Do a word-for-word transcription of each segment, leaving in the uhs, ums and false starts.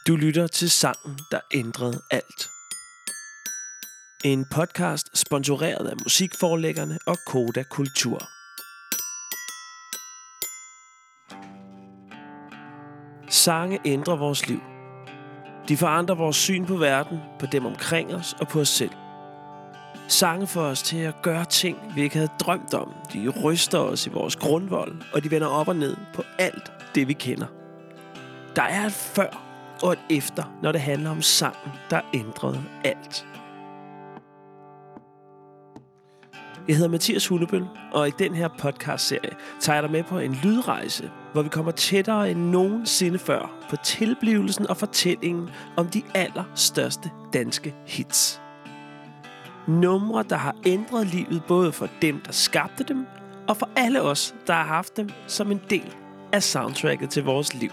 Du lytter til sangen, der ændrede alt. En podcast sponsoreret af musikforlæggerne og Koda Kultur. Sange ændrer vores liv. De forandrer vores syn på verden, på dem omkring os og på os selv. Sange får os til at gøre ting, vi ikke havde drømt om. De ryster os i vores grundvold, og de vender op og ned på alt det, vi kender. Der er et før og et efter, når det handler om sangen, der ændrede alt. Jeg hedder Mathias Hullebøl, og i den her podcastserie tager jeg dig med på en lydrejse, hvor vi kommer tættere end nogensinde før på tilblivelsen og fortællingen om de allerstørste danske hits. Numre, der har ændret livet både for dem, der skabte dem, og for alle os, der har haft dem som en del af soundtracket til vores liv.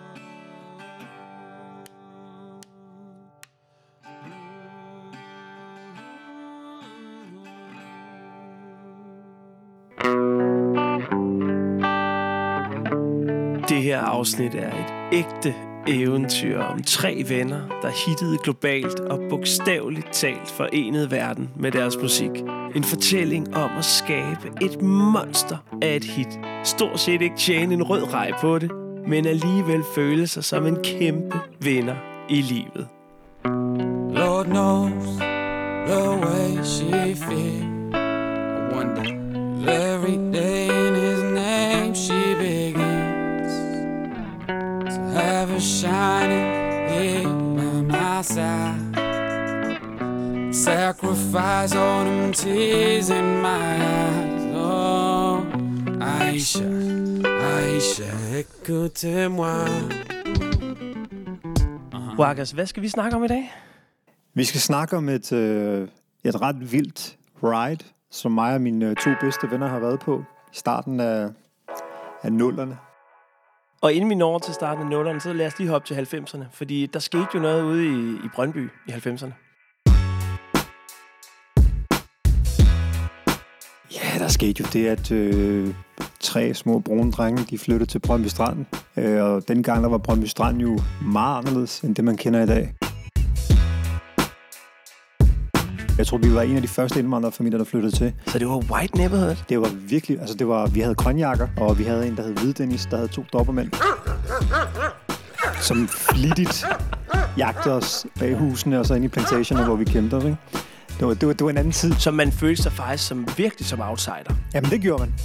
Det her afsnit er et ægte eventyr om tre venner, der hittede globalt og bogstaveligt talt forenede verden med deres musik. En fortælling om at skabe et monster af et hit. Stort set ikke tjene en rød rej på det, men alligevel føle sig som en kæmpe vinder i livet. Lord knows the way she feels. I wonder every day in his name she begins. Have a shining here by my side. Sacrifice all them tears in my eyes. Oh, Aisha, Aisha, écoutez-moi. Wagas, hvad skal vi snakke om i dag? Vi skal snakke om et, øh, et ret vildt ride, som mig og mine to bedste venner har været på i starten af, af nullerne. Og inden vi når til starten af nullerne, så lad os lige hoppe til halvfemserne. Fordi der skete jo noget ude i, i Brøndby i halvfemserne. Ja, der skete jo det, at øh, tre små brune drenge, de flyttede til Brøndby Strand. Øh, og dengang der var Brøndby Strand jo meget anderledes, end det man kender i dag. Jeg tror, vi var en af de første indvandrerfamilier, der flyttede til. Så det var white neighborhood? Det var virkelig, altså det var, vi havde grønjakker, og vi havde en, der hed Hvide Dennis, der havde to doppermænd, som flittigt jagtede os bag husene og så ind i plantationerne, hvor vi gemte os, ikke? Det var, det var, det var en anden tid. Så man følte sig faktisk som, virkelig som outsider? Jamen, det gjorde man.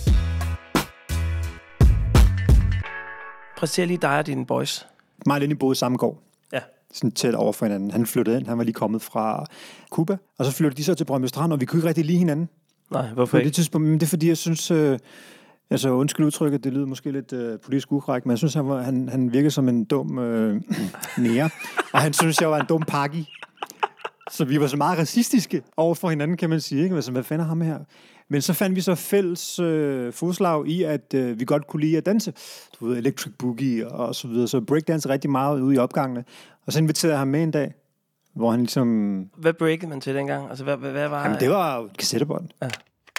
Præcis lige dig og dine boys. Mig og Lenny boede i samme gård. Ja. Sådan tæt over for hinanden. Han flyttede ind, han var lige kommet fra Cuba. Og så flyttede de så til Brøndby Strand, og vi kunne ikke rigtig lide hinanden. Nej, hvorfor på ikke? Det tidspunkt, men det er fordi, jeg synes... Øh, altså, undskyld udtrykket, det lyder måske lidt øh, politisk ukorrekt, men jeg synes, han, var, han, han virkede som en dum øh, nære. Og han synes, jeg var en dum pakki. Så vi var så meget racistiske over for hinanden, kan man sige. Ikke? Altså, hvad fanden er ham her? Men så fandt vi så fælles øh, fodslag i, at øh, vi godt kunne lide at danse. Du ved, electric boogie og så videre. Så breakdance rigtig meget ude i opgangene. Og så inviterede jeg ham med en dag, hvor han ligesom... Hvad breakede man til dengang? Altså, hvad, hvad, hvad var... Jamen, det var jo kassettebånd. Ja.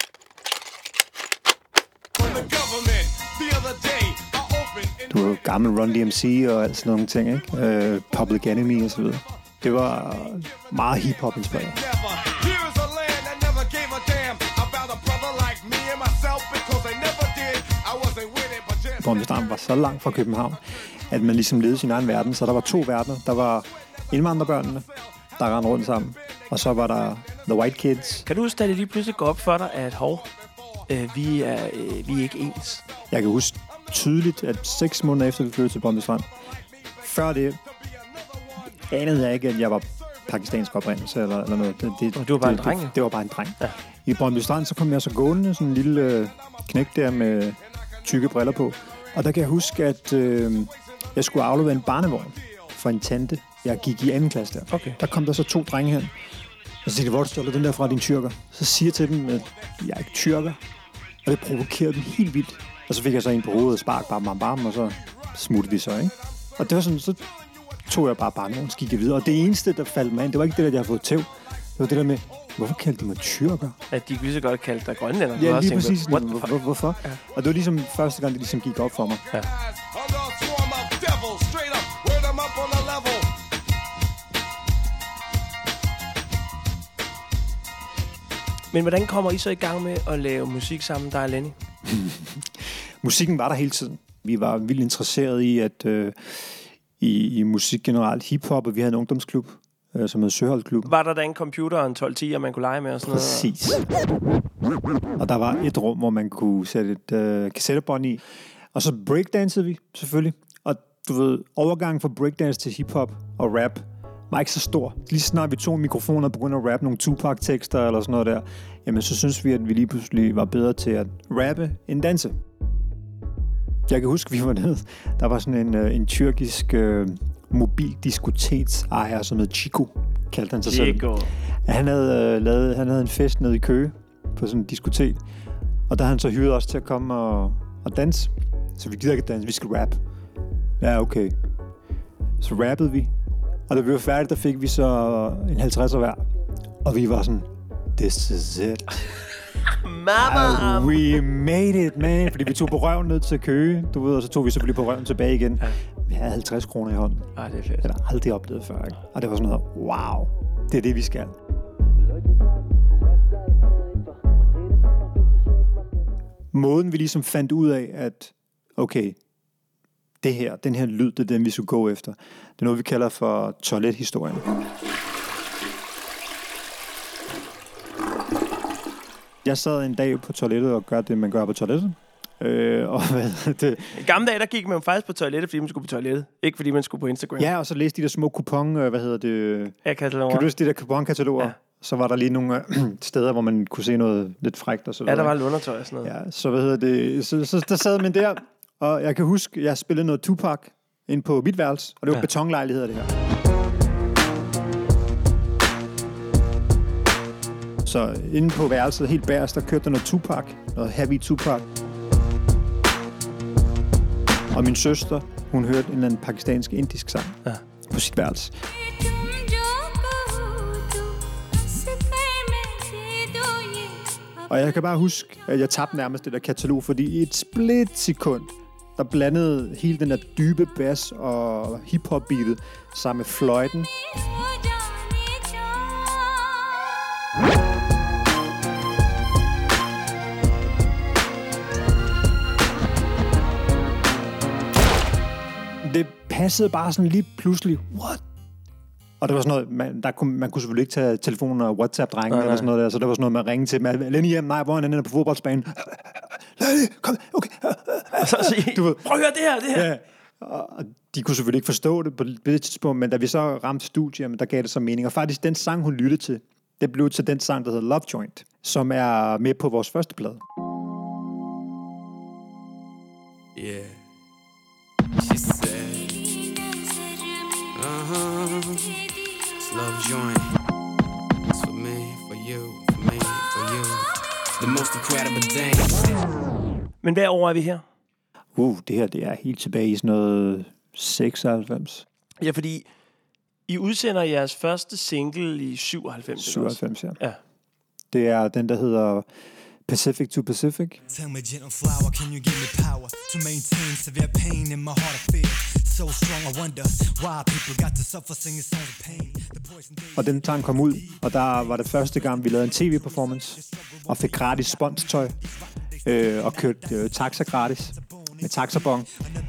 Du var gammel Run D M C og alt sådan nogle ting, ikke? Uh, Public Enemy og så videre. Det var meget hip-hop inspireret. Brøndby Strand var så langt fra København, at man ligesom levede sin egen verden. Så der var to verdener. Der var indvandrerbørnene, der rendte rundt sammen. Og så var der The White Kids. Kan du huske, da det lige pludselig går op for dig, at hov, øh, vi, er, øh, vi er ikke ens? Jeg kan huske tydeligt, at seks måneder efter vi flyttede til Brøndby Strand, før det anede jeg ikke, at jeg var pakistansk oprindelse eller, eller noget. Det, det, og du var bare det, en dreng? Det, det var bare en dreng. Ja. I Brøndby Strand, så kom jeg så gående, sådan en lille øh, knæk der med tykke briller på. Og der kan jeg huske, at øh, jeg skulle aflevere en barnevogn for en tante. Jeg gik i anden klasse der. Okay. Der kom der så to drenge hen. Og så siger de, hvor stjålet den der fra din tyrker? Så siger jeg til dem, at jeg er ikke tyrker. Og det provokerede dem helt vildt. Og så fik jeg så en på hovedet og spark, bam, bam, bam, og så smuttede de så, ikke? Og det var sådan, så tog jeg bare barnevogn og gik videre. Og det eneste, der faldt mig ind, det var ikke det, der jeg havde fået tæv. Det var det der med, hvorfor kaldte de mig tyrker? At de kunne lige så godt kalde dig grønlænder. Ja, lige præcis. What Hvor, hvor, hvorfor? Ja. Og det var ligesom første gang, det ligesom gik op for mig. Ja. Men hvordan kommer I så i gang med at lave musik sammen, dig og Lenny? Musikken var der hele tiden. Vi var vildt interesserede i, at øh, i, i musik generelt, hiphop, og vi havde en ungdomsklub, øh, som hed Søholdklub. Var der da en computer og en tolv ti, man kunne lege med og sådan Præcis. noget? Og der var et rum, hvor man kunne sætte et øh, kassettebånd i. Og så breakdansede vi, selvfølgelig. Og du ved, overgangen fra breakdance til hiphop og rap var ikke så stor. Lige snart vi tog mikrofoner og begyndte at rappe nogle Tupac-tekster eller sådan noget der, jamen så synes vi, at vi lige pludselig var bedre til at rappe end danse. Jeg kan huske, vi var nede. Der var sådan en, en tyrkisk øh, mobildiskoteksejer, som hed Chico, kaldte han sig Chico. selv. Han havde, øh, lavet, han havde en fest nede i Køge på sådan en diskotek. Og der havde han så hyret os til at komme og, og danse. Så vi gider ikke danse, vi skal rap. Ja, okay. Så rappede vi. Og da vi var færdige, der fik vi så en halvtredser hver. Og vi var sådan, this is it. Mama! We made it, man. Fordi vi tog på røven ned til Køge, du ved, og så tog vi selvfølgelig på røven tilbage igen. Ja. Vi havde halvtreds kroner i hånden. Ej, det er fedt. Det har jeg aldrig oplevet før, ikke? Og det var sådan noget, wow, det er det, vi skal. Måden, vi ligesom fandt ud af, at okay, det her, den her lyd, det er den, vi skulle gå efter. Det er noget, vi kalder for toilethistorien. Jeg sad en dag på toilettet og gør det, man gør på toilettet. Øh, og hvad det? I gamle dage, der gik man faktisk på toilettet, fordi man skulle på toilettet. Ikke fordi man skulle på Instagram. Ja, og så læste de der små kupon, hvad hedder det? Ja, kataloger. Kan du læse de der kuponkataloger? Ja. Så var der lige nogle øh, steder, hvor man kunne se noget lidt frækt og så videre. Ja, der var lundertøj og sådan noget. Ja, så hvad hedder det? Så, så der sad man der, og jeg kan huske, jeg spillede noget Tupac ind på mit værelse, og det var ja. betonlejligheder, det her. Så inde på værelset, helt bagerst, der kørte der noget Tupac, noget heavy Tupac. Og min søster, hun hørte en eller anden pakistansk indisk sang ja. på sit værelse. Og jeg kan bare huske, at jeg tabte nærmest det der katalog, fordi i et splitsekund, der blandede hele den der dybe bass og hiphop-beatet sammen med fløjten. Det passede bare sådan lige pludselig. What? Og det var sådan noget, man, der kunne, man kunne selvfølgelig ikke tage telefonen og WhatsApp-drengen eller sådan noget der, så der var sådan noget, man ringede til dem. Lenny hjem, nej, hvor er han inde på fodboldsbanen? Lenny, kom, okay. Og så sige, du ved, prøv at høre det her, det her. Ja, og de kunne selvfølgelig ikke forstå det på det tidspunkt, men da vi så ramte studiet, der gav det så mening. Og faktisk den sang, hun lyttede til, det blev til den sang, der hedder Love Joint, som er med på vores første plade. Yeah. She said, uh-huh, it's Love Joint. It's for me, for you, for me, for you. The most incredible dance. Men hvad år er vi her? Uh, det her, det er helt tilbage i sådan noget seksoghalvfems. Ja, fordi I udsender jeres første single i syvoghalvfems. syvoghalvfems, ja. Ja. Det er den, der hedder Pacific to Pacific. Tell me, gentle flower, can you give me power to maintain severe pain in my heart of fear? So strong, I wonder why people got to suffer singing songs of pain. Og den sang kom ud, og der var det første gang, vi lavede en tv-performance, og fik gratis sponstøj, øh, og kørte øh, taxa gratis med taxabong.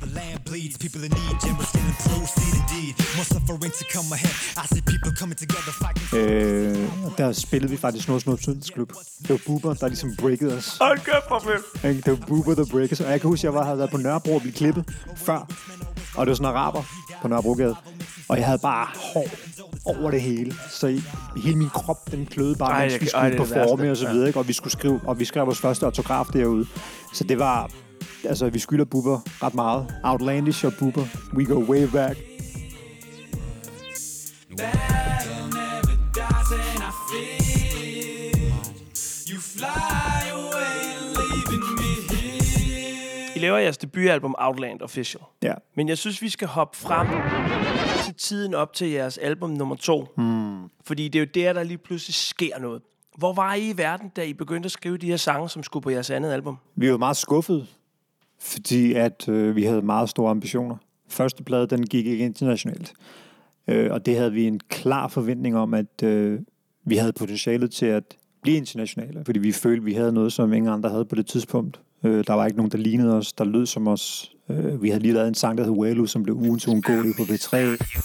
Øh, der spillede vi faktisk Snor Snor Søndagsklub. Det var Bubber, der ligesom breakede os. Hold kæft, hvor fedt. Det var Bubber, der breakede os. Og jeg kan huske, at jeg var, havde været på Nørrebro og blev klippet før. Og det var sådan en araber på Nørrebrogade. Og jeg havde bare hår over det hele. Så i, hele min krop, den kløede bare, ej, mens vi skulle performe og så videre. Ikke? Og vi skulle skrive, og vi skrev vores første autograf derude. Så det var, altså vi skylder Bubber ret meget. Outlandish og Bubber, we go way back. I laver jeres debutalbum Outland Official. Ja. Men jeg synes, vi skal hoppe frem til tiden op til jeres album nummer to. Hmm. Fordi det er jo der, der lige pludselig sker noget. Hvor var I i verden, da I begyndte at skrive de her sange, som skulle på jeres andet album? Vi var meget skuffede, fordi at øh, vi havde meget store ambitioner. Første plade, den gik ikke internationalt. Øh, og det havde vi en klar forventning om, at øh, vi havde potentialet til at blive internationale, fordi vi følte, vi havde noget, som ingen andre havde på det tidspunkt. Øh, der var ikke nogen, der lignede os, der lød som os. Øh, vi havde lige lavet en sang, der hed Welu, som blev ugens uundgåelig på P tre.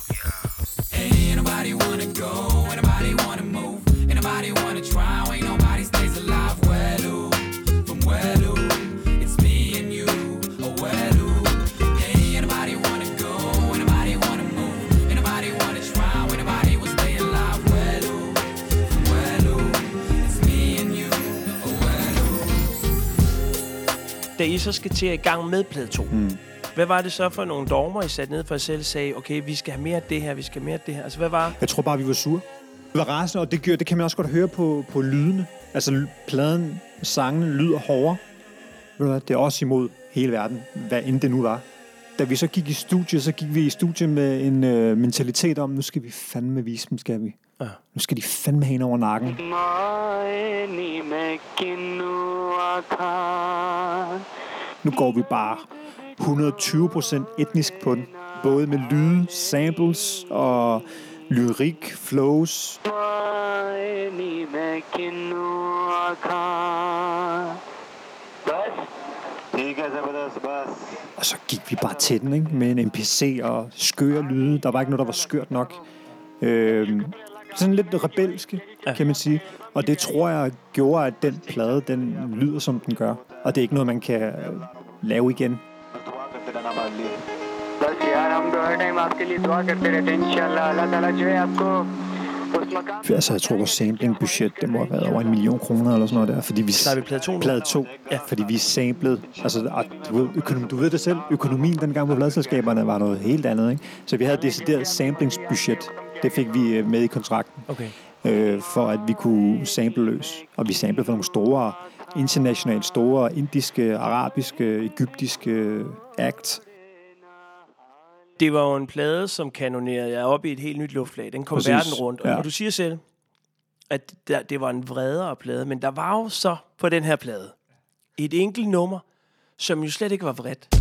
Da I så skal til at i gang med plade to, mm. hvad var det så for nogle dogmer, I satte ned for jer selv og sagde, okay, vi skal have mere af det her, vi skal have mere af det her? Altså, hvad var... Jeg tror bare, vi var sure. Vi var rasende, og det, gør, det kan man også godt høre på, på lydene. Altså, pladen, sangen lyder hårdere. Ved du hvad? Det er også imod hele verden, hvad end det nu var. Da vi så gik i studiet, så gik vi i studiet med en øh, mentalitet om, nu skal vi fandme vise dem, skal vi. Ja. Nu skal de fandme hen over nakken. Nu går vi bare hundrede og tyve procent etnisk på den. Både med lyde, samples og lyrik, flows. Og så gik vi bare til den, ikke? Med en M P C og skøre lyde. Der var ikke noget, der var skørt nok. Øhm, sådan lidt rebelske, ja. Kan man sige. Og det tror jeg gjorde, at den plade, den lyder, som den gør. Og det er ikke noget, man kan lave igen. Altså, jeg tror, vores samplingbudget, det må have været over en million kroner eller sådan noget der, fordi vi... Der er vi plade to. Plade to, ja. Fordi vi samplede... Altså, du ved, økonom, du ved det selv, økonomien dengang på pladeselskaberne var noget helt andet, ikke? Så vi havde decideret samplingsbudget. Det fik vi med i kontrakten. Okay. Øh, for at vi kunne sample løs. Og vi samplede for nogle store, internationalt store, indiske, arabiske, egyptiske act. Det var jo en plade, som kanonerede jer op i et helt nyt luftlag. Den kom Præcis. Verden rundt. Og, ja. og du siger selv, at der, det var en vredere plade. Men der var jo så på den her plade et enkelt nummer, som jo slet ikke var vredt.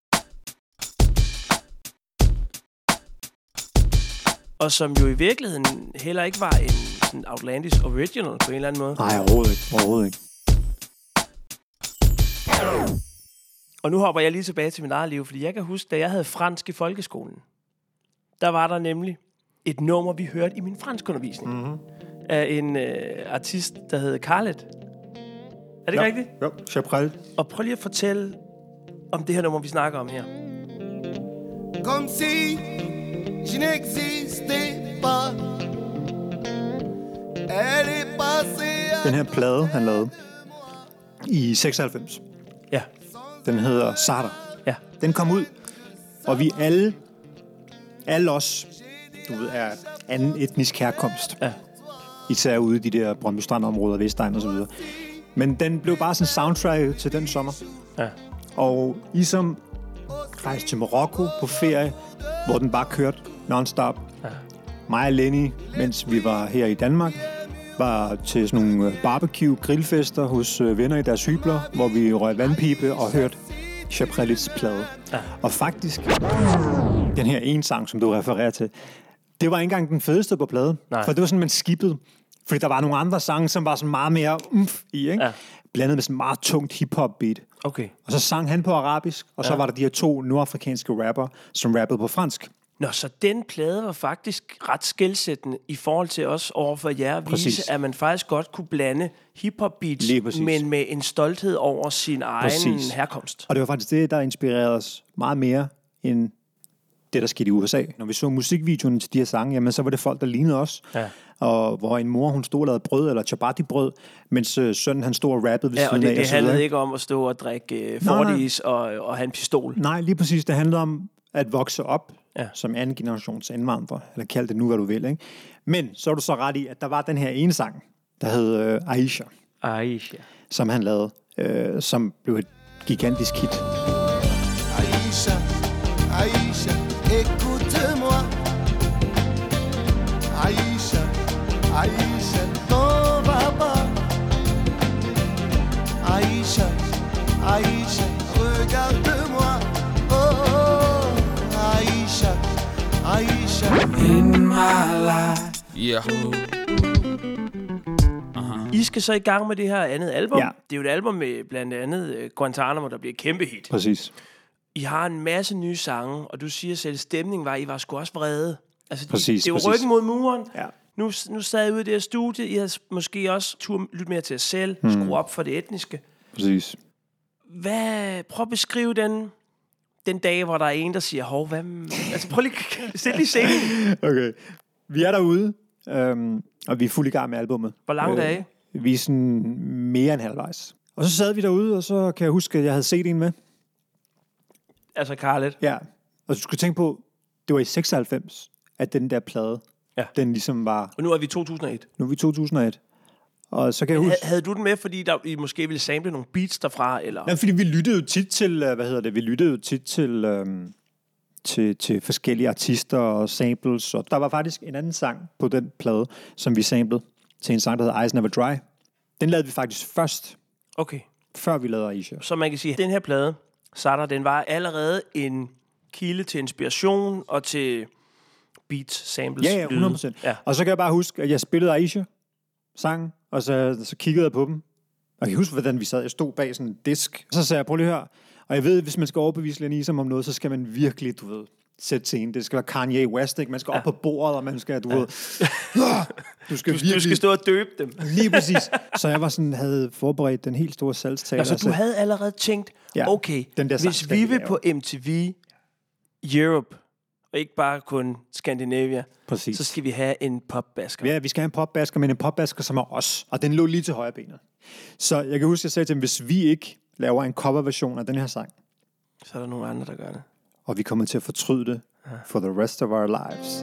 Og som jo i virkeligheden heller ikke var en sådan outlandish original på en eller anden måde. Nej, overhovedet ikke. Overhovedet ikke. Og nu hopper jeg lige tilbage til mit eget liv, fordi jeg kan huske, da jeg havde fransk i folkeskolen, der var der nemlig et nummer, vi hørte i min franskundervisning, mm-hmm. af en øh, artist, der hed Khaled. Er det ikke ja. rigtigt? Jo, Chaprel. Og prøv lige at fortælle om det her nummer, vi snakker om her. Comme si je n'existais pas. Elle est passée. Den her plade, han lavede i seksoghalvfems. Ja. Den hedder Sarter. Ja. Den kom ud, og vi alle, alle os, du ved, er anden etnisk herkomst. Ja. Især ude i de der Brøndby Strand-områder, Vestegn og så videre. Men den blev bare sådan en soundtrack til den sommer. Ja. Og I som rejste til Marokko på ferie, hvor den bare kørte non-stop. Ja. Mig og Lenny, mens vi var her i Danmark, var til sådan nogle barbecue-grillfester hos venner i deres hybler, hvor vi røg vandpibe og hørte Chaprelits plade. Ja. Og faktisk, den her ene sang, som du refererer til, det var ikke engang den fedeste på pladen. Nej. For det var sådan, man skippede. Fordi der var nogle andre sange, som var sådan meget mere umf i, ikke? Ja. Blandet med sådan meget tungt hip-hop beat. Okay. Og så sang han på arabisk, og ja. Så var der de her to nordafrikanske rapper, som rappede på fransk. Nå, så den plade var faktisk ret skelsættende i forhold til os overfor jer at vise, at man faktisk godt kunne blande hip-hop beats, men med en stolthed over sin egen præcis. Herkomst. Og det var faktisk det, der inspirerede os meget mere end det, der skete i U S A. Når vi så musikvideoerne til de her sange, jamen, så var det folk, der lignede os. Ja. Og hvor en mor, hun stod og lavede brød, eller chapati-brød, mens øh, sønnen, han stod og rappede ved ja, siden af. Ja, og det, det handlede ikke om at stå og drikke øh, Fortis og, og have en pistol. Nej, lige præcis. Det handlede om at vokse op ja. Som anden generations indvandrer, eller kald det nu, hvad du vil, ikke? Men så er du så ret i, at der var den her ene sang, der hed øh, Aisha. Aisha. Som han lavede, øh, som blev et gigantisk hit. Aisha, Aisha, écoute-moi. Aisha, Aisha, t'en vas pas. Aisha, Aisha, regarde-moi. Aisha in my life. Yeah. Uh-huh. I skal så i gang med det her andet album. Ja. Det er jo et album med blandt andet uh, Guantanamo, der bliver et kæmpe hit. Præcis. I har en masse nye sange, og du siger selv, at stemningen var, I var sgu også vrede. Altså, Præcis, det er jo præcis. ryggen mod muren. Ja. Nu, nu sad I ude i det her studie. I havde måske også tur lytte mere til jer selv. Mm. Skrue op for det etniske. Præcis. Hvad, prøv at beskrive den, den dag, hvor der er en, der siger, hov, hvad... Altså, prøv lige at sætte lige scenen. Okay. Vi er derude, øhm, og vi er fuld i gang med albummet. Hvor langt er I? Øh, vi er sådan mere end halvvejs. Og så sad vi derude, og så kan jeg huske, at jeg havde set en med. Altså, Carlet. Ja. Og du skulle tænke på, det var i seksoghalvfems, at den der plade, Ja. den ligesom var... Og nu er vi i to tusind og et. Nu er vi i to tusind og et. Og så kan jeg huske... Havde, havde du den med, fordi der, I måske ville sample nogle beats derfra, eller? Nej, fordi vi lyttede jo tit til, øh, hvad hedder det, vi lyttede jo tit til, øhm, til, til forskellige artister og samples, og der var faktisk en anden sang på den plade, som vi samplede til en sang, der hedder Eyes Never Dry. Den lavede vi faktisk først, Okay. før vi lavede Aisha. Så man kan sige, at den her plade, Sada, den var allerede en kilde til inspiration og til beats, samples, Ja, ja, hundrede procent. Ja. Og så kan jeg bare huske, at jeg spillede Aisha sang, og så, så kiggede jeg på dem. Og jeg kan huske, hvordan vi sad. Jeg stod bag sådan en disk. Og så sagde jeg, prøv lige at høre. Og jeg ved, hvis man skal overbevise Lenny Isam om noget, så skal man virkelig, du ved, sætte scenen. Det skal være Kanye West, ikke? Man skal ja. op på bordet, og man skal, du ja. ved... Du skal, Du, virkelig, du skal stå og døbe dem. Lige præcis. Så jeg var sådan, havde forberedt den helt store salgstaler. Altså, du havde allerede tænkt, Ja, okay, den der sang hvis skal vi vi vil lave. på M T V Europe, og ikke bare kun Scandinavia, Præcis. så skal vi have en popbasker. Ja, vi skal have en popbasker, men en popbasker, som er os. Og den lå lige til højre benet. Så jeg kan huske, at jeg sagde til dem, hvis vi ikke laver en coverversion af den her sang, Så er der nogle andre, der gør det. og vi kommer til at fortryde det for the rest of our lives.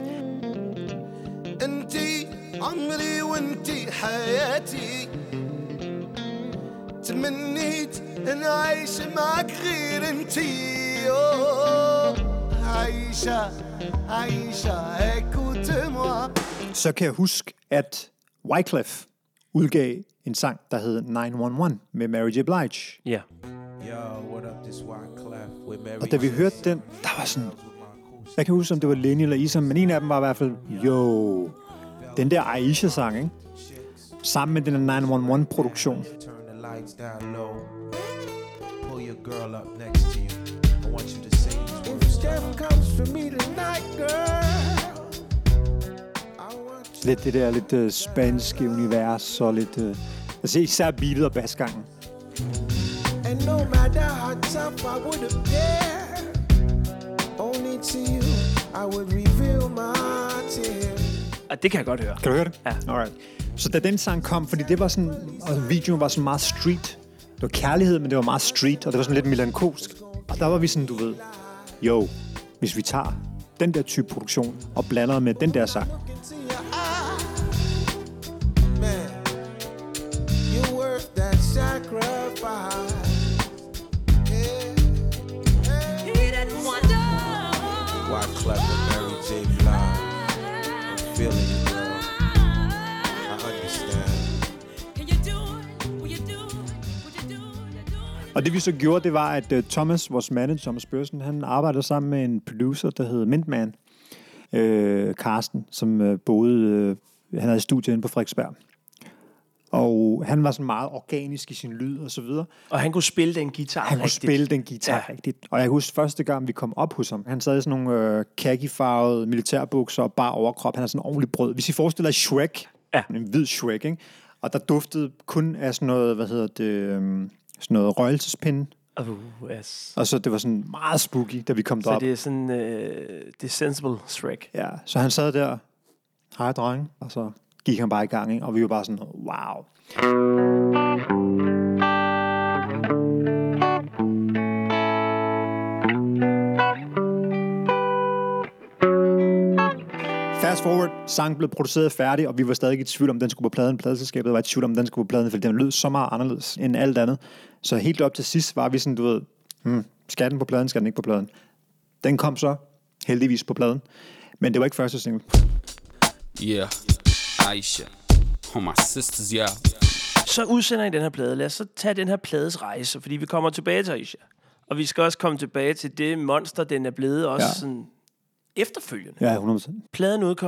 انتي عمري وانتي حياتي تمنيت ان اعيش معك غير انتي أوه. عايشة عايشة écoute-moi. Så kan jeg huske, at Wyclef udgav en sang, der hed nine one one med Mary J. Blige. Ja. Yo, what up, this Wyclef with Mary. Og da vi hørte den, der var sådan... Jeg kan huske, om det var Lenny eller Isam, men en af dem var i hvert fald, jo, den der Aisha-sang, ikke? Sammen med den der nine one one-produktion. Turn the lights down low. Pull your girl up next to you. I want you to say these words. If Steph comes for me tonight, girl. I want Lidt det der lidt uh, spanske univers, og lidt... Uh, altså især beatet og basgangen. And no matter how tough I would appear, only to you I would reveal my tears. Og det kan jeg godt høre. Kan du høre det? Ja. Alright. Så da den sang kom, fordi det var sådan... Og videoen var sådan meget street. Det var kærlighed, men det var meget street, og det var sådan lidt melankolsk. Og der var vi sådan, du ved... Jo, hvis vi tager den der type produktion og blander med den der sang, Into your eyes, man, you're worth that sacrifice. Yeah, yeah. Wyclef and Mary J. Blige. I'm feeling you, girl. I understand. og det vi så gjorde, det var, at uh, Thomas, vores manager, Thomas Børsen, han arbejdede sammen med en producer, der hed Mintman, øh, Carsten, som øh, boede, øh, han havde studie inde på Frederiksberg. Og han var sådan meget organisk i sin lyd og så videre. Og han kunne spille den guitar Han kunne rigtigt. spille den guitar Ja. ja. rigtigt. Og jeg kan huske første gang, vi kom op hos ham. Han sad i sådan nogle øh, khaki-farvede militærbukser og bare overkrop. Han har sådan en ordentlig brød. Hvis I forestiller jer Shrek, Ja. en hvid Shrek, ikke? Og der duftede kun af sådan noget, hvad hedder det, øhm, sådan noget røgelsespinde. Uh, yes. Og så det var sådan meget spooky, da vi kom Så derop. det er sådan, uh, det er sensible Shrek. Ja, så han sad der, hej dreng, og så gik han bare i gang, ikke? Og vi var bare sådan, wow. Fast forward, sangen blev produceret færdig, og vi var stadig i tvivl om, den skulle på pladen. Pladeselskabet var i tvivl om, den skulle på pladen, fordi den lød så meget anderledes end alt andet. Så helt op til sidst var vi sådan, du ved, hmm, skal den på pladen, skal den ikke på pladen? Den kom så heldigvis på pladen, men det var ikke første single. Yeah, Aisha. Oh, my sisters, yeah. Så udsender I den her plade. Lad os så tage den her plades rejse, fordi vi kommer tilbage til Aisha. Og vi skal også komme tilbage til det monster, den er blevet også Ja. sådan efterfølgende. Ja, hundrede procent. Pladen udkommer.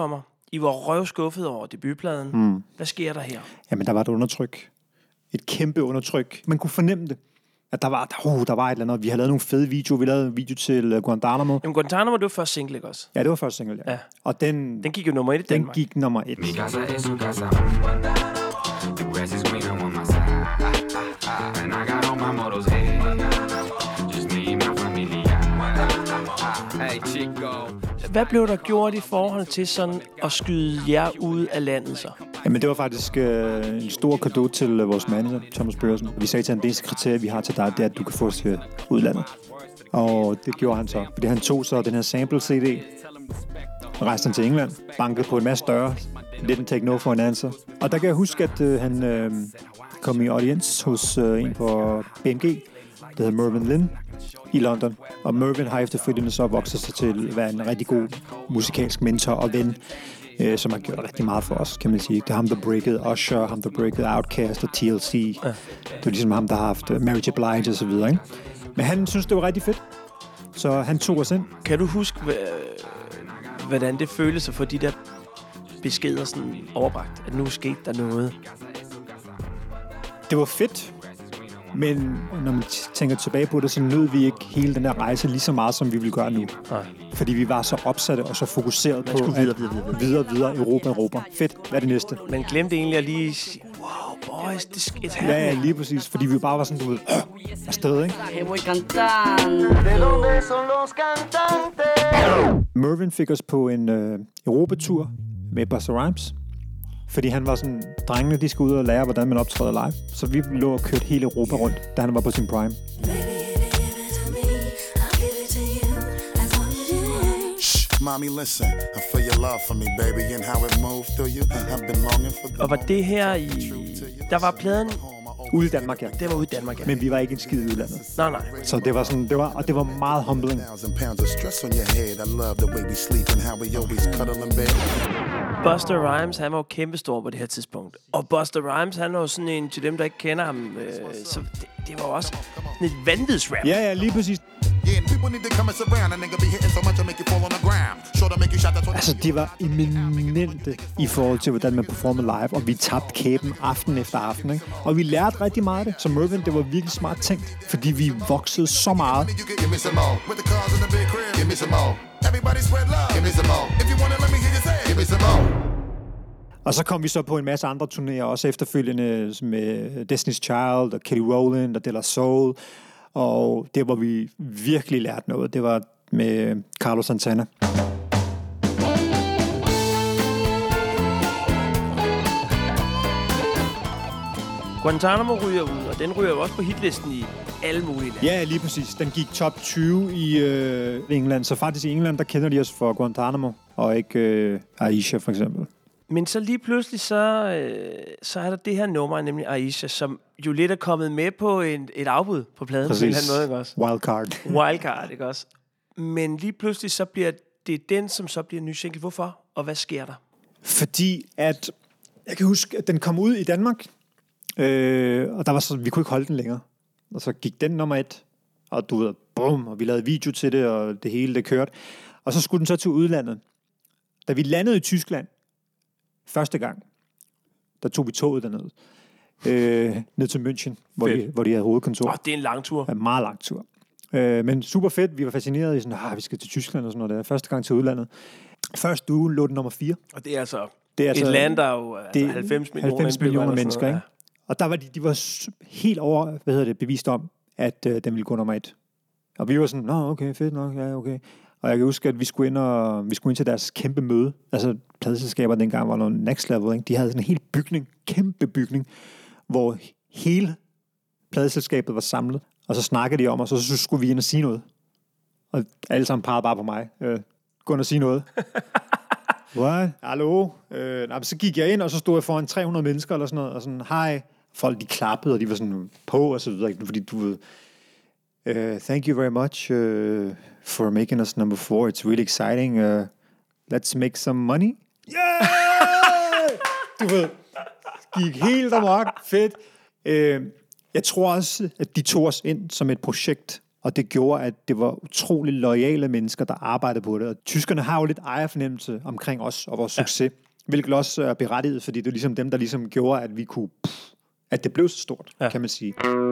I var røvskuffet over debutpladen. Mm. Hvad sker der her? Jamen, der var et undertryk. Et kæmpe undertryk. Man kunne fornemme det. At der var, uh, der var et eller andet. Vi har lavet nogle fede videoer. Vi lavede en video til uh, Guantanamo. Jamen, Guantanamo, det var først single, ikke også? Ja, det var første single, ja. Ja. Og den, Den gik jo nummer et i den Danmark. gik nummer et. Mi casa es su casa. The grass is greener on my side. And I got all my mottos, hey. Just me and my familia. Hey, chico. Hvad blev der gjort i forhold til sådan at skyde jer ud af landet så? Jamen, det var faktisk øh, en stor cadeau til øh, vores manager, Thomas Børsen. Vi sagde til ham, det eneste kriterie, vi har til dig, det er, at du kan få os til udlandet. Og det gjorde han så. Fordi han tog så den her sample-C D, rejste han til England, bankede på en masse døre, didn't take no for an answer. Og der kan jeg huske, at øh, han øh, kom i audience hos øh, en på B M G, der hedder Mervyn Lynn, i London. Og Mervyn har efterfølgende så vokset sig til at være en rigtig god musikalsk mentor og ven, øh, som har gjort rigtig meget for os, kan man sige. Det er ham, der breakede Usher, ham, der breakede Outkast og T L C. Ja. Det er ligesom ham, der har haft uh, Mary J. Blige og så videre, ikke? Men han synes, det var rigtig fedt. Så han tog os ind. Kan du huske, hvordan det føles at få de der beskeder sådan overbragt? At nu skete der noget? Det var fedt. Men når man tænker tilbage på det, så nød vi ikke hele den der rejse lige så meget, som vi vil gøre nu. Nej. Fordi vi var så opsatte og så fokuseret på skulle videre, videre, videre, videre, videre, Europa, Europa. Fedt. Hvad er det næste? Man glemte egentlig at lige sige, wow, boys, this is Ja, ja, lige præcis. Fordi vi bare var sådan, du ved, øh, afsted, ikke? Mervyn fik os på en øh, Europatur med Busta Rhymes. Fordi han var sådan, drengene, de skulle ud og lære, hvordan man optræder live. Så vi lå og kørte hele Europa rundt, da han var på sin prime. Mommy, listen, I feel your love for me, baby, and how it moved through you. I've been longing for the Og var det her i... Der var pladen... Ude i Danmark, ja. Det var ude i Danmark, ja. Men vi var ikke en skid i udlandet. Nej, nej. Så det var sådan, det var, og det var meget humbling. thousand pounds of stress on your head. I love the way we sleep and how we always cuddle in bed. Busta Rhymes, han var jo kæmpestor på det her tidspunkt. Og Busta Rhymes, han var jo sådan en, til dem, der ikke kender ham, øh, så det, det var også sådan et vanvidsrap. Ja, ja, lige præcis. Yeah, and people need to come and surround. A nigga be hitting so much I make you fall on the ground. Sure to make you shot that's what Altså, de var eminente i forhold til, hvordan man performede live, og vi tabte kæben aften efter aften, ikke? Og vi lærte rigtig meget af det. Så Mervyn, det var virkelig smart tænkt, fordi vi voksede så meget. you can give me some more. With the cars in the big crib, give me some more. Everybody spread love, give me some more. If you wanna let me hear you say, give me some more. Og så kom vi så på en masse andre turnéer, også efterfølgende med Destiny's Child og Kelly Rowland og De La Soul. Og det, hvor vi virkelig lærte noget, det var med Carlos Santana. Guantanamo ryger ud, og den ryger jo også på hitlisten i alle mulige lande. Ja, lige præcis. Den gik top tyve i øh, England. Så faktisk i England, der kender de os for Guantanamo, og ikke øh, Aisha for eksempel. Men så lige pludselig, så, øh, så er der det her nummer, nemlig Aisha, som jo lidt er kommet med på en, et afbud på pladen. Præcis. På en eller anden måde, ikke også? Wildcard. Wildcard, ikke også? Men lige pludselig, så bliver det den, som så bliver en ny single. Hvorfor? Og hvad sker der? Fordi at, jeg kan huske, at den kom ud i Danmark, øh, og der var så, vi kunne ikke holde den længere. Og så gik den nummer et, og du ved, bum, og vi lavede video til det, og det hele, det kørte. Og så skulle den så til udlandet. Da vi landede i Tyskland, første gang, der tog vi toget dernede, øh, ned til München, hvor de, hvor de havde hovedkontor. Åh, oh, det er en lang tur. En meget lang tur. Øh, men super fedt. Vi var fascineret i sådan, ah, vi skal til Tyskland og sådan noget der. Første gang til udlandet. Første uge lå den nummer fire. Og det er altså, Det er altså et land, der er jo altså det er halvfems millioner, halvfems millioner mennesker, ikke? Ja. Og der var de, de var helt over, hvad hedder det, bevist om, at øh, den ville gå nummer et. Og vi var sådan, nå, okay, fedt nok, ja, okay. Og jeg kan huske, at vi skulle ind, og, vi skulle ind til deres kæmpe møde. Altså, pladeselskaber dengang var noget next level, ikke? De havde sådan en hel bygning, kæmpe bygning, hvor hele pladeselskabet var samlet. Og så snakkede de om os, og så skulle vi ind og sige noget. Og alle sammen pegede bare på mig. Øh, gå ind og sige noget. What? Hallo? Øh, nej, så gik jeg ind, og så stod jeg foran tre hundrede mennesker, eller sådan noget, og sådan, hej. Folk, de klappede, og de var sådan på, og så videre. Fordi du ved, uh, thank you very much uh, for making us number four. It's really exciting. Uh, let's make some money. Yeah! Du ved, gik helt amok. Fedt. Uh, jeg tror også, at de tog os ind som et projekt, Og det gjorde, at det var utrolig loyale mennesker, der arbejdede på det. Og tyskerne har jo lidt ejerfornemmelse omkring os og vores ja. succes, hvilket også er berettiget, fordi det er ligesom dem, der ligesom gjorde, at vi kunne, pff, at det blev så stort, ja. kan man sige.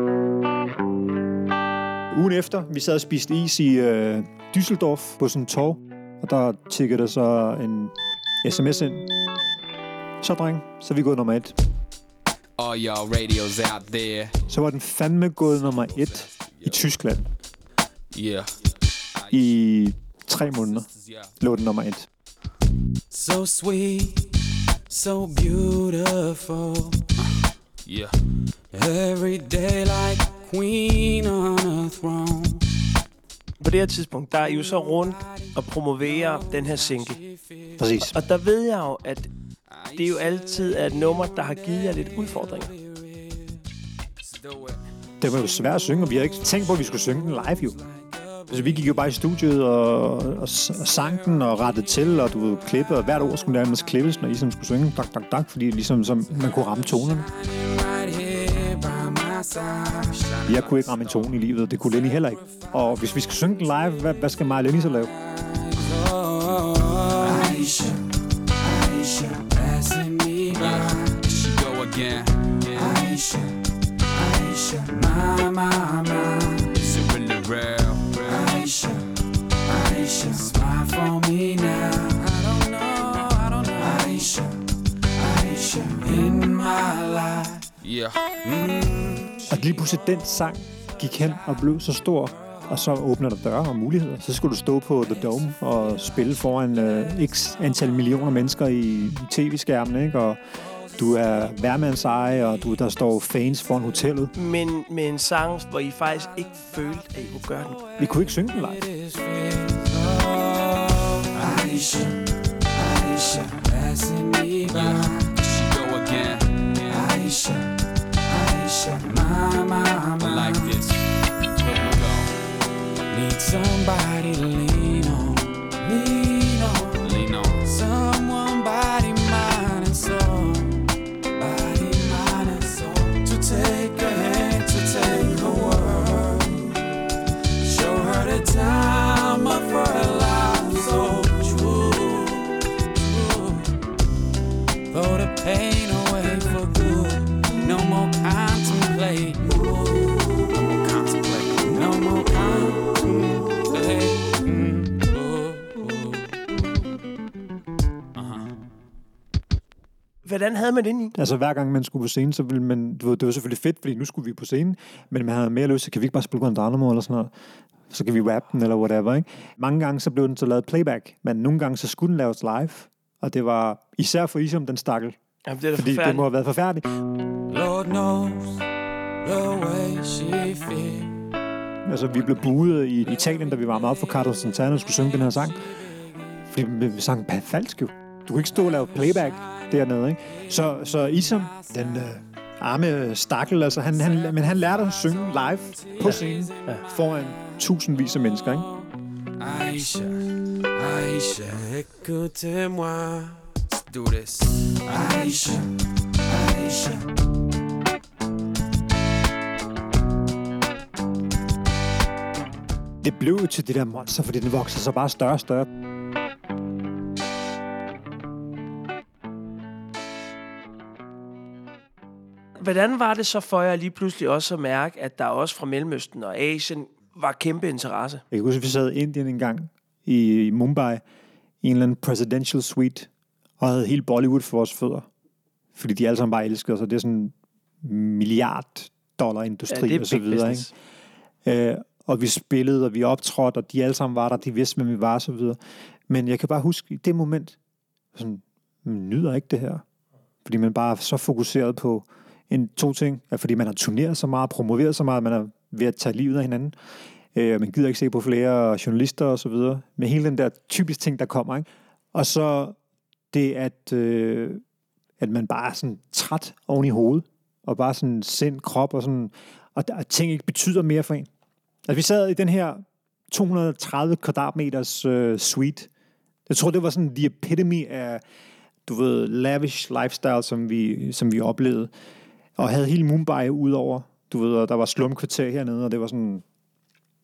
Ugen efter, vi sad og spiste is i øh, Düsseldorf på sådan en torv, og der tikkede der så en sms ind. Så, dreng, så er vi gået nummer et. All y'all radios out there. Så var den fandme gået nummer et i Tyskland. Yeah. I tre måneder lå den nummer et. So sweet, so beautiful. Uh, yeah. Every day like queen on a throne. På det her tidspunkt, der er I jo så rundt og promoverer den her single. Præcis. Og der ved jeg jo, at det er jo altid et nummer, der har givet jer lidt udfordringer. Det var jo svært at synge, og vi havde ikke tænkt på, at vi skulle synge den live jo. Altså, vi gik jo bare i studiet og, og, og sang den og rettede til, og du ved, klippede, og hvert ord skulle nærmest klippes, når I sådan skulle synge, dak, dak, dak, fordi ligesom, som man kunne ramme tonerne. Jeg kunne ikke ramme en tone i livet, og det kunne Lenny heller ikke. Og hvis vi skal synge den live, hvad, hvad skal mig og Lenny så lave? Aisha, Aisha, passing me by. She go again. Aisha, Aisha, my, my, my. Is it really real? Aisha, Aisha, smile for me now. I don't know, I don't know. Aisha, Aisha, in my life. Yeah. Mm. Og lige pludselig den sang gik hen og blev så stor, og så åbner der døre og muligheder. Så skulle du stå på The Dome og spille foran uh, x antal millioner mennesker i, i tv-skærmen, ikke? Og du er værmandseje, og du, der står fans foran hotellet. Men med en sang, hvor I faktisk ikke følte, at I kunne gøre den. Vi kunne ikke synge den live. Aisha, Aisha, passing me by. She go again. Aisha, Aisha, my, my, my. Like this. Need somebody to lean on, lean on, lean on. Someone, body, mind, and soul, body, mind, and soul. To take a hand, to take a word, show her the time of her life, so true, true. Throw the pain away for good, no more contemplate, no more contemplate, no more contemplate. Hvordan havde man det i? Altså hver gang man skulle på scenen, så ville man, du ved, det var selvfølgelig fedt, fordi nu skulle vi på scenen, men man havde mere lyst, så kan vi ikke bare spille Guantanamo eller sådan noget. Så kan vi rap den eller whatever, ikke? Mange gange så blev den så lavet playback, men nogle gange så skulle den laves live, og det var især for Isam den stakkel. Jamen, det er da fordi det må have været forfærdeligt. Lord knows the way she feels. Altså vi blev buet i Italien, da vi var meget for Carlos Santana og skulle synge den her sang. Fordi vi sang falsk jo. Du kunne ikke stå og lave playback dernede, ikke? Så, så Isam, den øh, arme stakkel, altså han, han, men han lærte at synge live på scenen ja. Ja. Foran tusindvis af mennesker, ikke? Aisha, Aisha, écoutez-moi. Let's do this. Aisha, Aisha. Det blev jo til det der monster, fordi den vokser så bare større og større. Hvordan var det så for jer lige pludselig også at mærke, at der også fra Mellemøsten og Asien var kæmpe interesse? Jeg kan huske, at vi sad i Indien en gang i Mumbai i en eller anden presidential suite og havde hele Bollywood for vores fødder. Fordi de alle sammen bare elskede os, og det er sådan en milliard dollar industri ja, og så videre. Ikke? Øh, og vi spillede, og vi optrådte, og de alle sammen var der, de vidste, hvem vi var og så videre. Men jeg kan bare huske, i det moment, sådan, man nyder ikke det her. Fordi man bare er så fokuseret på en, to ting. Ja, fordi man har turneret så meget, promoveret så meget, man er ved at tage livet af hinanden. Øh, man gider ikke se på flere journalister og så videre. Med hele den der typisk ting, der kommer. Ikke? Og så det, at, øh, at man bare er sådan træt oven i hovedet. Og bare sådan sind, krop og sådan. Og at ting ikke betyder mere for en. Altså vi sad i den her to hundrede og tredive kvadratmeters øh, suite. Jeg tror, det var sådan the epitome af, du ved, lavish lifestyle, som vi, som vi oplevede. Og havde hele Mumbai udover, du ved, og der var slumkvarter hernede, og det var sådan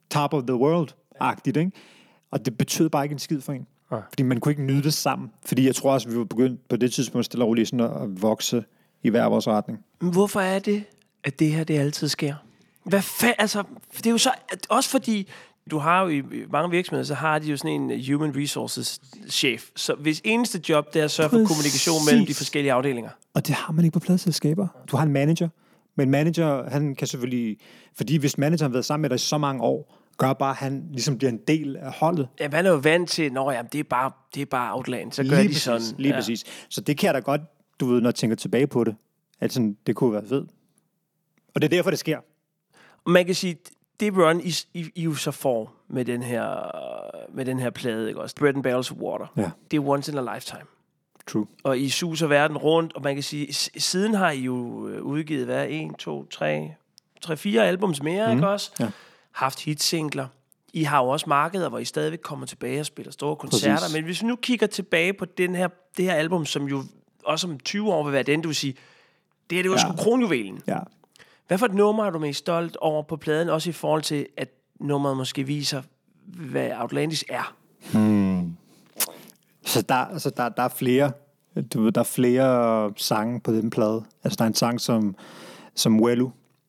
top of the world-agtigt, ikke? Og det betød bare ikke en skid for en. Ja. Fordi man kunne ikke nyde det sammen. Fordi jeg tror også, vi var begyndt på det tidspunkt stille og roligt sådan at vokse i hver vores retning. Men hvorfor er det, at det her det altid sker? Hvad fa- altså, det er jo så... Også fordi... Du har jo i mange virksomheder, så har de jo sådan en human resources chef. Så hvis eneste job, det er at sørge for kommunikation mellem de forskellige afdelinger. Og det har man ikke på pladsselskaber. Du har en manager. Men manager, han kan selvfølgelig... Fordi hvis manageren har været sammen med dig i så mange år, gør bare, at han ligesom bliver en del af holdet. Ja, han er jo vant til, nå ja, det er bare, det er bare Outland. Så gør lige de præcis, sådan. Lige ja. præcis. Så det kan jeg da godt, du ved, når jeg tænker tilbage på det. At sådan, det kunne være fedt. Og det er derfor, det sker. Og man kan sige... Det run, I, I, I jo så får med den her, med den her plade, ikke også? Bread and Barrels of Water. Ja. Det er once in a lifetime. True. Og I suser verden rundt, og man kan sige, siden har I jo udgivet, hvad, en, to, tre, tre, fire albums mere, mm. ikke også? Ja. Haft hitsingler. I har jo også markeder, hvor I stadigvæk kommer tilbage og spiller store koncerter. Præcis. Men hvis vi nu kigger tilbage på den her, det her album, som jo også om tyve år vil være den, du vil sige, det her, det var ja. sgu kronjuvelen. Ja. Hvad for et nummer er du mest stolt over på pladen, også i forhold til, at nummeret måske viser, hvad Outlandish er? Hmm. Så der, altså der, der er flere, du ved, der er flere sange på den plade. Altså der er en sang som, som Welu.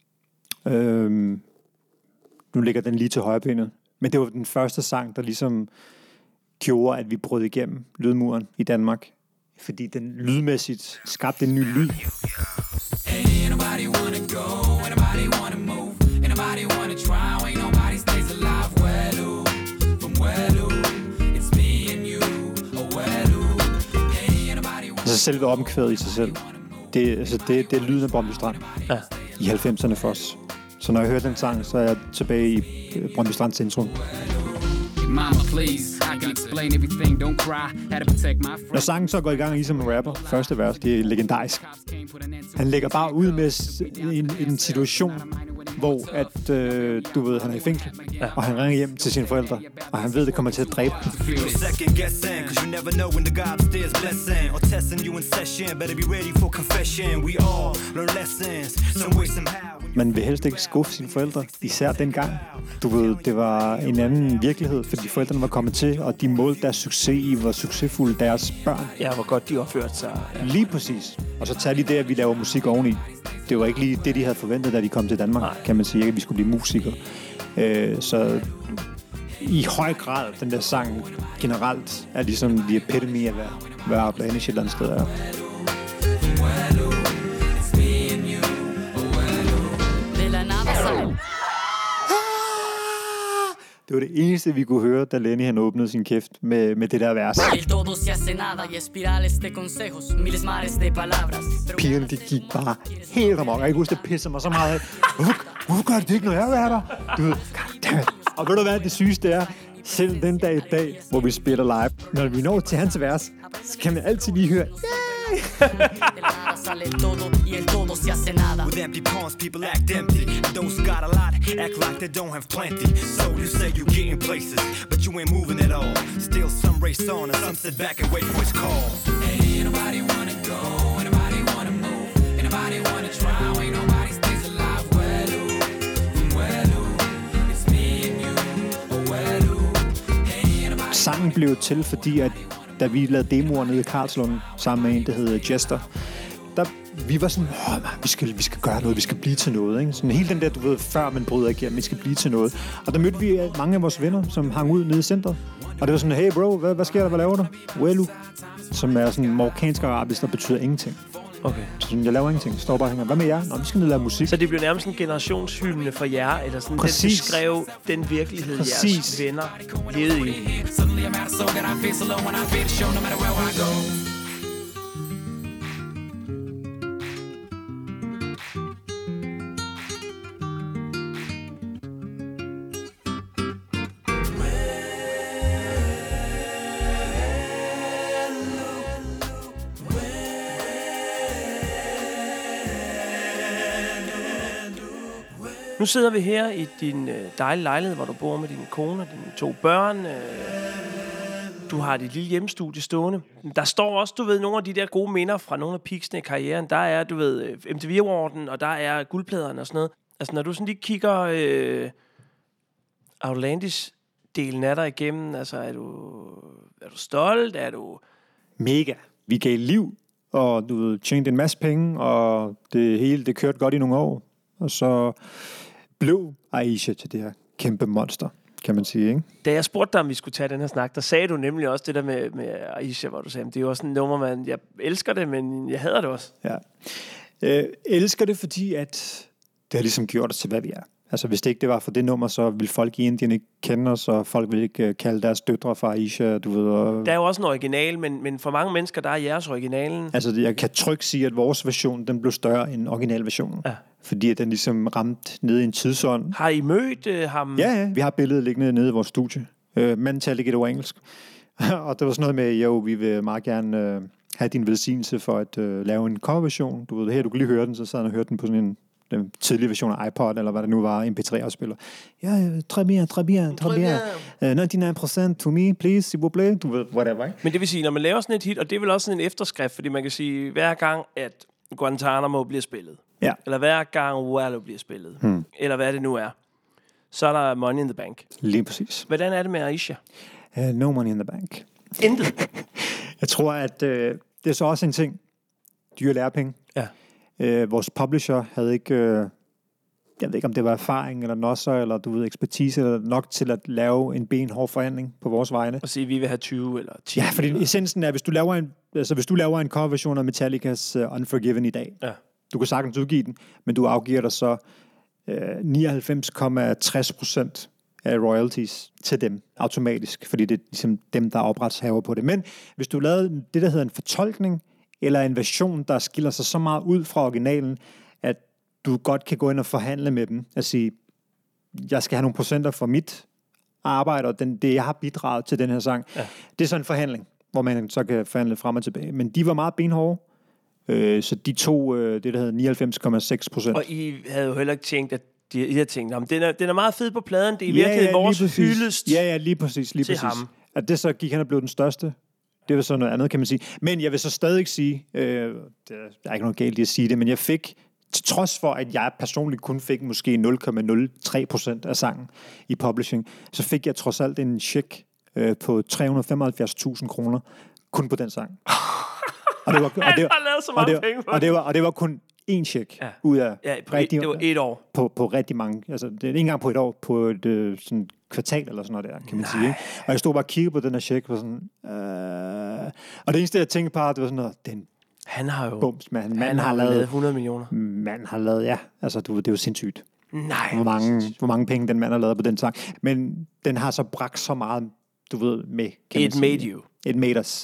Øhm, nu ligger den lige til højrebenet. Men det var den første sang, der ligesom gjorde, at vi brød igennem lydmuren i Danmark. Fordi den lydmæssigt skabte en ny lyd. Hey, anybody wanna go? Anybody wanna move? Anybody wanna try? Ain't nobody stays alive. Welu, from Welu, it's me and you. Oh, Welu. Hey, anybody wanna... Altså selve omkvædet i sig selv, det, altså det, det er lyden af Brøndby Strand. Ja. I halvfemserne først. Så når jeg hører den sang, så er jeg tilbage i Brøndby Strands intro. Mama, please, I can explain everything, don't cry, had to protect my friends. Når sangen så går i gang i som en rapper, første vers, det er legendarisk. Han lægger bare ud med en, en situation, hvor at, øh, du ved, han er i fængsel, ja. Og han ringer hjem til sine forældre, og han ved, det kommer til at dræbe dem. Man vil helst ikke skuffe sine forældre, især dengang. Du ved, det var en anden virkelighed, fordi forældrene var kommet til, og de målte deres succes i, hvor succesfulde deres børn. Ja, hvor godt de opførte sig. Ja. Lige præcis. Og så tager de det, at vi laver musik oveni. Det var ikke lige det, de havde forventet, da de kom til Danmark, nej. Kan man sige, at vi skulle blive musikere. Øh, så i høj grad, den der sang generelt, er ligesom the epitome af, hvad, hvad Outlandish et eller andet sted er. Det var det eneste, vi kunne høre, da Lenny han åbnede sin kæft med, med det der vers. Pigerne, de gik bare helt amok. Jeg kan huske, det pisser mig så meget af. Hvorfor, hvorfor gør det ikke, når jeg rapper? Du ved, goddammit. Og ved du hvad, det sygeste er? Selv den dag i dag, hvor vi spiller live, når vi når til hans vers, så kan man altid lige høre, With empty palms, people act empty. Those who got a lot act like they don't have plenty. So you say you getting places, but you ain't moving at all. Still some race on and some sit back and wait for his call. Hey, anybody wanna go? Anybody wanna move? Anybody wanna try? Ain't nobody stays alive. Welu, from Welu, it's me and you. Oh, Welu. Hey, anybody... Sangen blev til, fordi at da vi lavede demoer nede i Karlslund sammen med en, der hedder Jester, der vi var sådan, åh, man, vi, skal, vi skal gøre noget, vi skal blive til noget. Ikke? Sådan hele den der, du ved, før man bryder igennem, vi skal blive til noget. Og der mødte vi mange af vores venner, som hang ud nede i centret. Og det var sådan, hey bro, hvad, hvad sker der, hvad laver du? Welu, som er sådan marokkansk arabisk, der betyder ingenting. Okay. Så sådan, jeg laver ingenting, står bare og hænger. Hvad med jer? Nå, vi skal ned og lave musik. Så det blev nærmest en generationshyldende for jer, eller sådan, præcis. Den beskrev den virkelighed, præcis. Jeres venner levede i. Suddenly I'm out so that I feel so low when I feel the show no matter where I go. Nu sidder vi her i din øh, dejlige lejlighed, hvor du bor med din kone og dine to børn. Øh, du har dit lille hjemmestudie stående. Der står også, du ved, nogle af de der gode minder fra nogle af peaksene i karrieren. Der er, du ved, M T V Awarden, og der er guldpladerne og sådan noget. Altså, når du sådan lige kigger øh, Outlandish-delen af dig igennem? Altså, er du, er du stolt? Er du... Mega. Vi gav liv, og du ved, tjente en masse penge, og det hele, det kørte godt i nogle år. Og så blev Aisha til det her kæmpe monster, kan man sige, ikke? Da jeg spurgte dig, om vi skulle tage den her snak, der sagde du nemlig også det der med, med Aisha, hvor du sagde, det er jo også en nummer, man, jeg elsker det, men jeg hader det også. Ja. Jeg elsker det, fordi at det har ligesom gjort os til, hvad vi er. Altså, hvis det ikke det var for det nummer, så ville folk i Indien ikke kende os, og folk ville ikke kalde deres døtre for Aisha, du ved. Og... Der er jo også en original, men, men for mange mennesker, der er jeres originalen. Altså, jeg kan trygt sige, at vores version, den blev større end originalversionen. Ja. Fordi at den ligesom ramte ned i en tidsånd. Har I mødt uh, ham? Ja, ja. Vi har billedet liggende nede i vores studie. Uh, manden talte ikke et ord engelsk. Og det var sådan noget med, jo, vi vil meget gerne uh, have din velsignelse for at uh, lave en coverversion. Du ved, her, du kan lige høre den, så sad han og hørte den på sådan en den tidlige version af iPod, eller hvad det nu var, M P tre-afspiller. Ja, très bien, très bien, très bien. Uh, nioghalvfems procent to me, please, s'il vous plaît. Du ved, whatever, ikke? Men det vil sige, når man laver sådan et hit, og det er vel også sådan en efterskrift, fordi man kan sige, hver gang, at Guantanamo bliver spillet, ja. Eller hver gang Wallo bliver spillet, hmm. eller hvad det nu er, så er der Money in the Bank. Lige præcis. Hvordan er det med Aisha? Uh, no money in the bank. Intet. Jeg tror, at uh, det er så også en ting. Dyre lærepenge. Ja. Uh, vores publisher havde ikke, uh, jeg ved ikke om det var erfaring, eller nosser, eller du ved, ekspertise, eller nok til at lave en benhård forhandling på vores vegne. Og sige, vi vil have tyve eller ti. Ja, fordi essensen er, hvis du laver en, altså, hvis du laver en coverversion af Metallicas uh, Unforgiven i dag, ja. Du kan sagtens udgive den, men du afgiver dig så uh, nioghalvfems komma tres procent af royalties til dem automatisk, fordi det er ligesom dem, der er opretshaver på det. Men hvis du lavede det, der hedder en fortolkning, eller en version, der skiller sig så meget ud fra originalen, at du godt kan gå ind og forhandle med dem, og sige, jeg skal have nogle procenter for mit arbejde, og den, det, jeg har bidraget til den her sang. Ja. Det er så en forhandling, hvor man så kan forhandle frem og tilbage. Men de var meget benhårde, øh, så de tog øh, det, der hedder nioghalvfems komma seks procent. Og I havde jo heller ikke tænkt, at de, I havde tænkt, at den er, den er meget fed på pladen, det er i virkeligheden ja, ja, vores hyldest ja, ja, lige præcis, lige til præcis. ham. At det så gik hen og blev den største. Det var så noget andet, kan man sige. Men jeg vil så stadig sige, øh, der er ikke noget galt i at sige det, men jeg fik, til trods for, at jeg personligt kun fik måske nul komma nul tre procent af sangen i publishing, så fik jeg trods alt en check øh, på tre hundrede og femoghalvfjerds tusind kroner, kun på den sang. Og det var, og det, Han har lavet så meget og det, penge på og det var, og det var kun én check ja. ud af ja, på rigtig, et, det var et år. På, på rigtig mange, altså det er ikke engang på et år, på et øh, sådan kvartal eller sådan noget der, kan man Nej. sige. Ikke? Og jeg stod bare og kiggede på den her check, og sådan, øh, og det eneste, jeg tænkte på, det var sådan noget, den han har jo bums, man, man han har, har lavet, lavet hundrede millioner. Man har lavet, ja, altså du, det er jo sindssygt. Nej. Hvor mange, hvor mange penge den mand har lavet på den sang. Men den har så bragt så meget, du ved, med, kan It man made sige. you. It made us.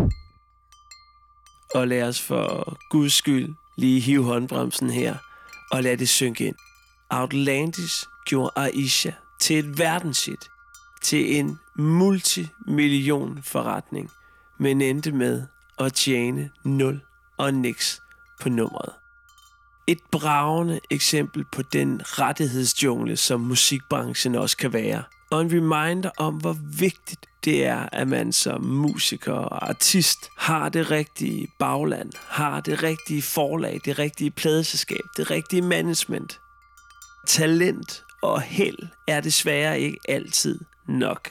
Og lad os for guds skyld lige hive håndbremsen her, og lad det synke ind. Outlandish gjorde Aisha til et verdenshit, til en multimillion forretning, men endte med at tjene nul og niks på nummeret. Et bragende eksempel på den rettighedsjungle, som musikbranchen også kan være. Og en reminder om, hvor vigtigt det er, at man som musiker og artist har det rigtige bagland, har det rigtige forlag, det rigtige pladeselskab, det rigtige management. Talent og held er desværre ikke altid nok.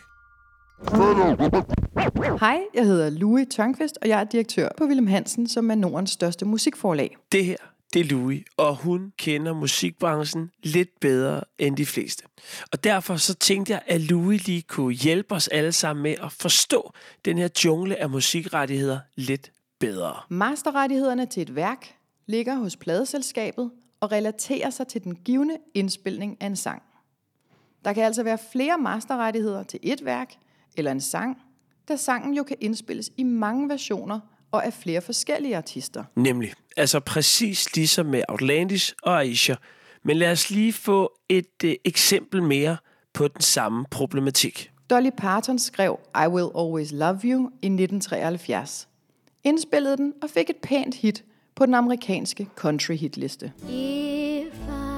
Hej, jeg hedder Louis Tørnqvist, og jeg er direktør på Willem Hansen, som er Nordens største musikforlag. Det her, det er Louis, og hun kender musikbranchen lidt bedre end de fleste. Og derfor så tænkte jeg, at Louis lige kunne hjælpe os alle sammen med at forstå den her jungle af musikrettigheder lidt bedre. Masterrettighederne til et værk ligger hos pladeselskabet og relaterer sig til den givne indspilning af en sang. Der kan altså være flere masterrettigheder til et værk eller en sang, da sangen jo kan indspilles i mange versioner og af flere forskellige artister. Nemlig, altså præcis ligesom med Outlandish og Aisha. Men lad os lige få et øh, eksempel mere på den samme problematik. Dolly Parton skrev I Will Always Love You i nitten treoghalvfjerds. Indspillede den og fik et pænt hit på den amerikanske country hitliste. If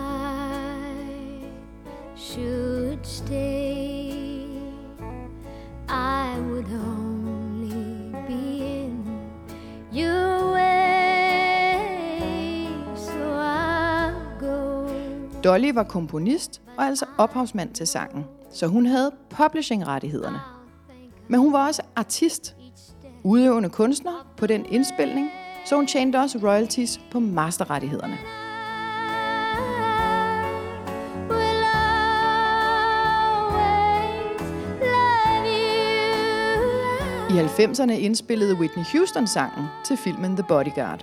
I should stay, I would only be in your way, so I'll go. Dolly var komponist og altså ophavsmand til sangen. så hun havde publishing-rettighederne. Men hun var også artist, udøvende kunstner på den indspilning, så hun tjente også royalties på masterrettighederne. I halvfemserne indspillede Whitney Houston sangen til filmen The Bodyguard.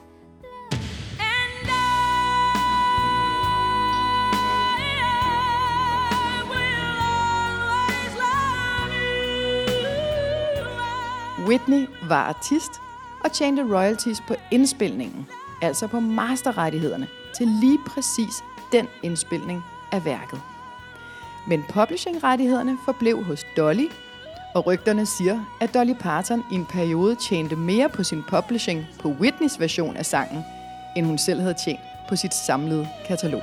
Whitney var artist og tjente royalties på indspilningen, altså på masterrettighederne, til lige præcis den indspilning af værket. Men publishing-rettighederne forblev hos Dolly, og rygterne siger, at Dolly Parton i en periode tjente mere på sin publishing på Whitneys version af sangen, end hun selv havde tjent på sit samlede katalog.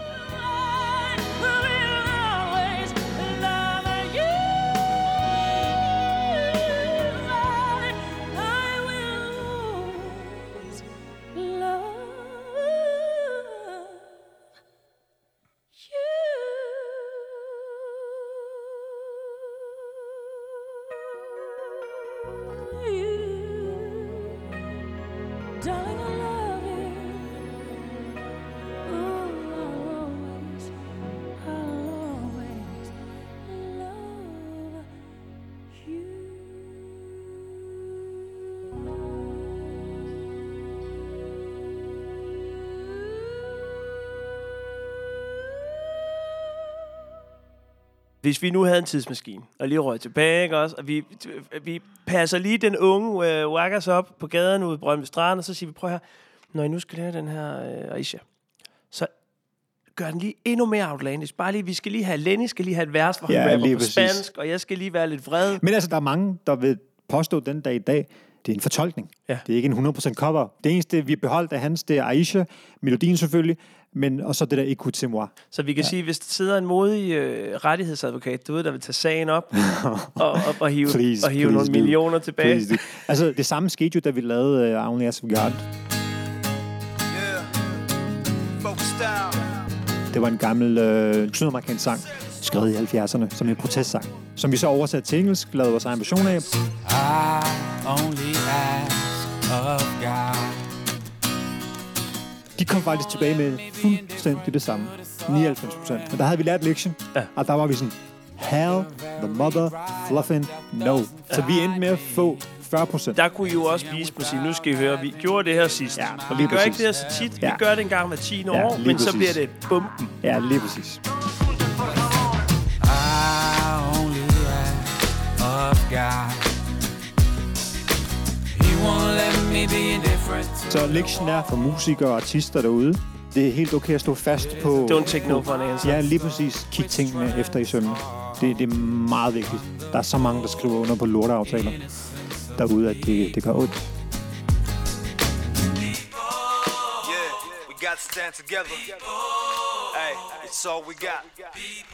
Hvis vi nu havde en tidsmaskine, og lige røg tilbage, ikke også, og vi, vi passer lige den unge uh, wackers op på gaden ude i Brøndby Strand, og så siger vi, prøv her, når I nu skal lave den her uh, Aisha, så gør den lige endnu mere outlandish. Bare lige, vi skal lige have, Lenny skal lige have et vers, hvor han Ja, rapper på præcis. spansk, og jeg skal lige være lidt vred. Men altså, der er mange, der vil påstå den dag i dag, det er en fortolkning. Ja. Det er ikke en hundrede procent cover. Det eneste, vi beholdt af hans, det er Aisha, melodien selvfølgelig, men og så det der Écoute moi. Så vi kan ja. sige, hvis der sidder en modig øh, rettighedsadvokat derude, der vil tage sagen op og, og, og hive, Please, og hive please nogle do. millioner tilbage. Please do. Altså, det samme skete jo, da vi lavede uh, Only As We Got. Det var en gammel øh, sydamerikansk sang, skrevet i halvfjerdserne, som en protestsang, som vi så oversatte til engelsk, lavede vores egen version af. I only ask of God. De kom faktisk tilbage med fuldstændig det samme. nioghalvfems procent. Men der havde vi lært lektion, Ja. og der var vi sådan, hell the mother fluffin' no. Så vi endte med at få fyrre procent. Der kunne I jo også vise mig sige, nu skal I høre, vi gjorde det her sidst. Ja, og vi lige gør præcis. ikke det her så tit. Ja. Vi gør det en gang hver tiende Ja, år, lige men så præcis. bliver det bumpen. Ja, lige præcis. I only ask of God. He won't let me be indifferent. Så lektionen er for musikere og artister derude. Det er helt okay at stå fast på... Don't take no for an answer. Ja, lige præcis. Kig tingene efter i sømmene. Det, det er meget vigtigt. Der er så mange, der skriver under på lorteaftaler derude, at det, det gør ondt. Yeah, we got to stand together. Hey, it's all we got.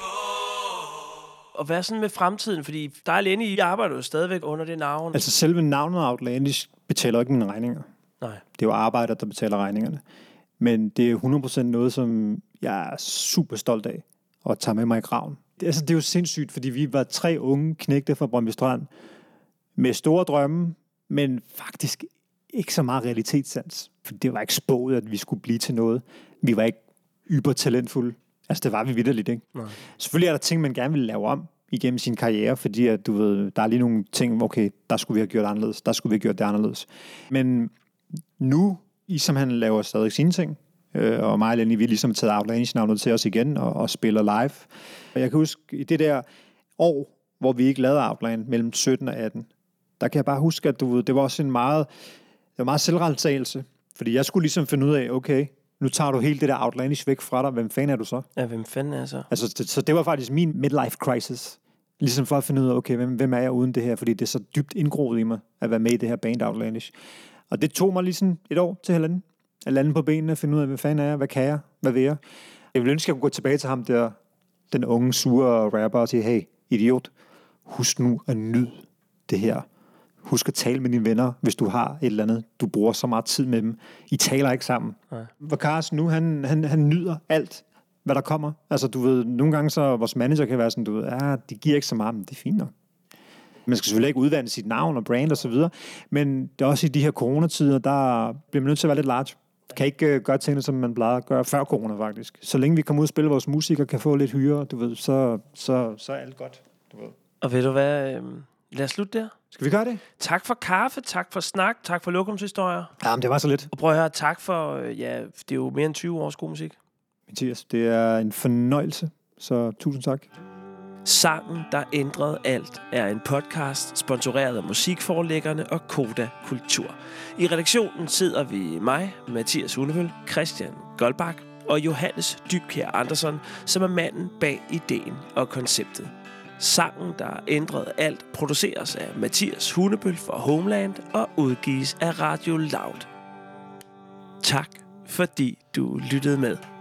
Og hvad sådan med fremtiden? Fordi der er Lenny, I arbejder jo stadigvæk under det navn. Altså selve navnet Outlandish betaler ikke mine regninger. Nej. Det er jo arbejder, der betaler regningerne. Men det er hundrede procent noget, som jeg er super stolt af og tager med mig i graven. Det, altså, det er jo sindssygt, fordi vi var tre unge knægte fra Brøndby Strand med store drømme, men faktisk ikke så meget realitetssans. For det var ikke spået, at vi skulle blive til noget. Vi var ikke ybertalentfulde. Altså, det var vi vitterligt, ikke? Nej. Selvfølgelig er der ting, man gerne vil lave om igennem sin karriere, fordi at, du ved, der er lige nogle ting, okay, der skulle vi have gjort anderledes, der skulle vi have gjort det anderledes. Men nu, I som han laver stadig sine ting, øh, og mig og Lenny, vi har ligesom taget Outlandish-navnet til os igen og, og spiller live. Og jeg kan huske, i det der år, hvor vi ikke lavede Outland, mellem sytten og atten, der kan jeg bare huske, at du ved, det var også en meget, det var meget selvrensagelse, fordi jeg skulle ligesom finde ud af, okay, nu tager du hele det der Outlandish væk fra dig, hvem fanden er du så? Ja, hvem fanden er så? Altså, det, så det var faktisk min midlife crisis. Ligesom for at finde ud af, okay, hvem, hvem er jeg uden det her? Fordi det er så dybt indgroet i mig, at være med i det her band Outlandish. Og det tog mig ligesom et år til halvanden. At lande på benene og finde ud af, hvad fanden er jeg? Hvad kan jeg? Hvad vil jeg? Jeg ville ønske, at jeg kunne gå tilbage til ham der, den unge, sure rapper, og sige, hey, idiot, husk nu at nyde det her. Husk at tale med dine venner, hvis du har et eller andet. Du bruger så meget tid med dem. I taler ikke sammen. Nej. Hvor Carsten nu, han, han, han nyder alt, hvad der kommer. Altså, du ved, nogle gange så vores manager kan være sådan, du ved, ja, de giver ikke så meget, men det er fint nok. Man skal selvfølgelig ikke udvande sit navn og brand og så videre, men det er også i de her coronatider, der bliver man nødt til at være lidt large. Kan ikke uh, gøre tingene, som man plejede at gøre før corona, faktisk. Så længe vi kommer ud og spille vores musik og kan få lidt hyre, du ved, så, så, så er alt godt. Du ved. Og ved du hvad, øh, lad os slutte der. Skal vi gøre det? Tak for kaffe, tak for snak, tak for lokumshistorier. Jamen, det var så lidt. Og prøv at høre, tak for, øh, ja, det er jo mere end tyve års god musik. Mathias, det er en fornøjelse, så tusind tak. Sangen, der ændrede alt, er en podcast sponsoreret af musikforlæggerne og Koda Kultur. I redaktionen sidder vi mig, Mathias Hunebøl, Christian Goldbach og Johannes Dybkjær Andersen, som er manden bag ideen og konceptet. Sangen, der ændrede alt, produceres af Mathias Hunebøl for Homeland og udgives af Radio Loud. Tak, fordi du lyttede med.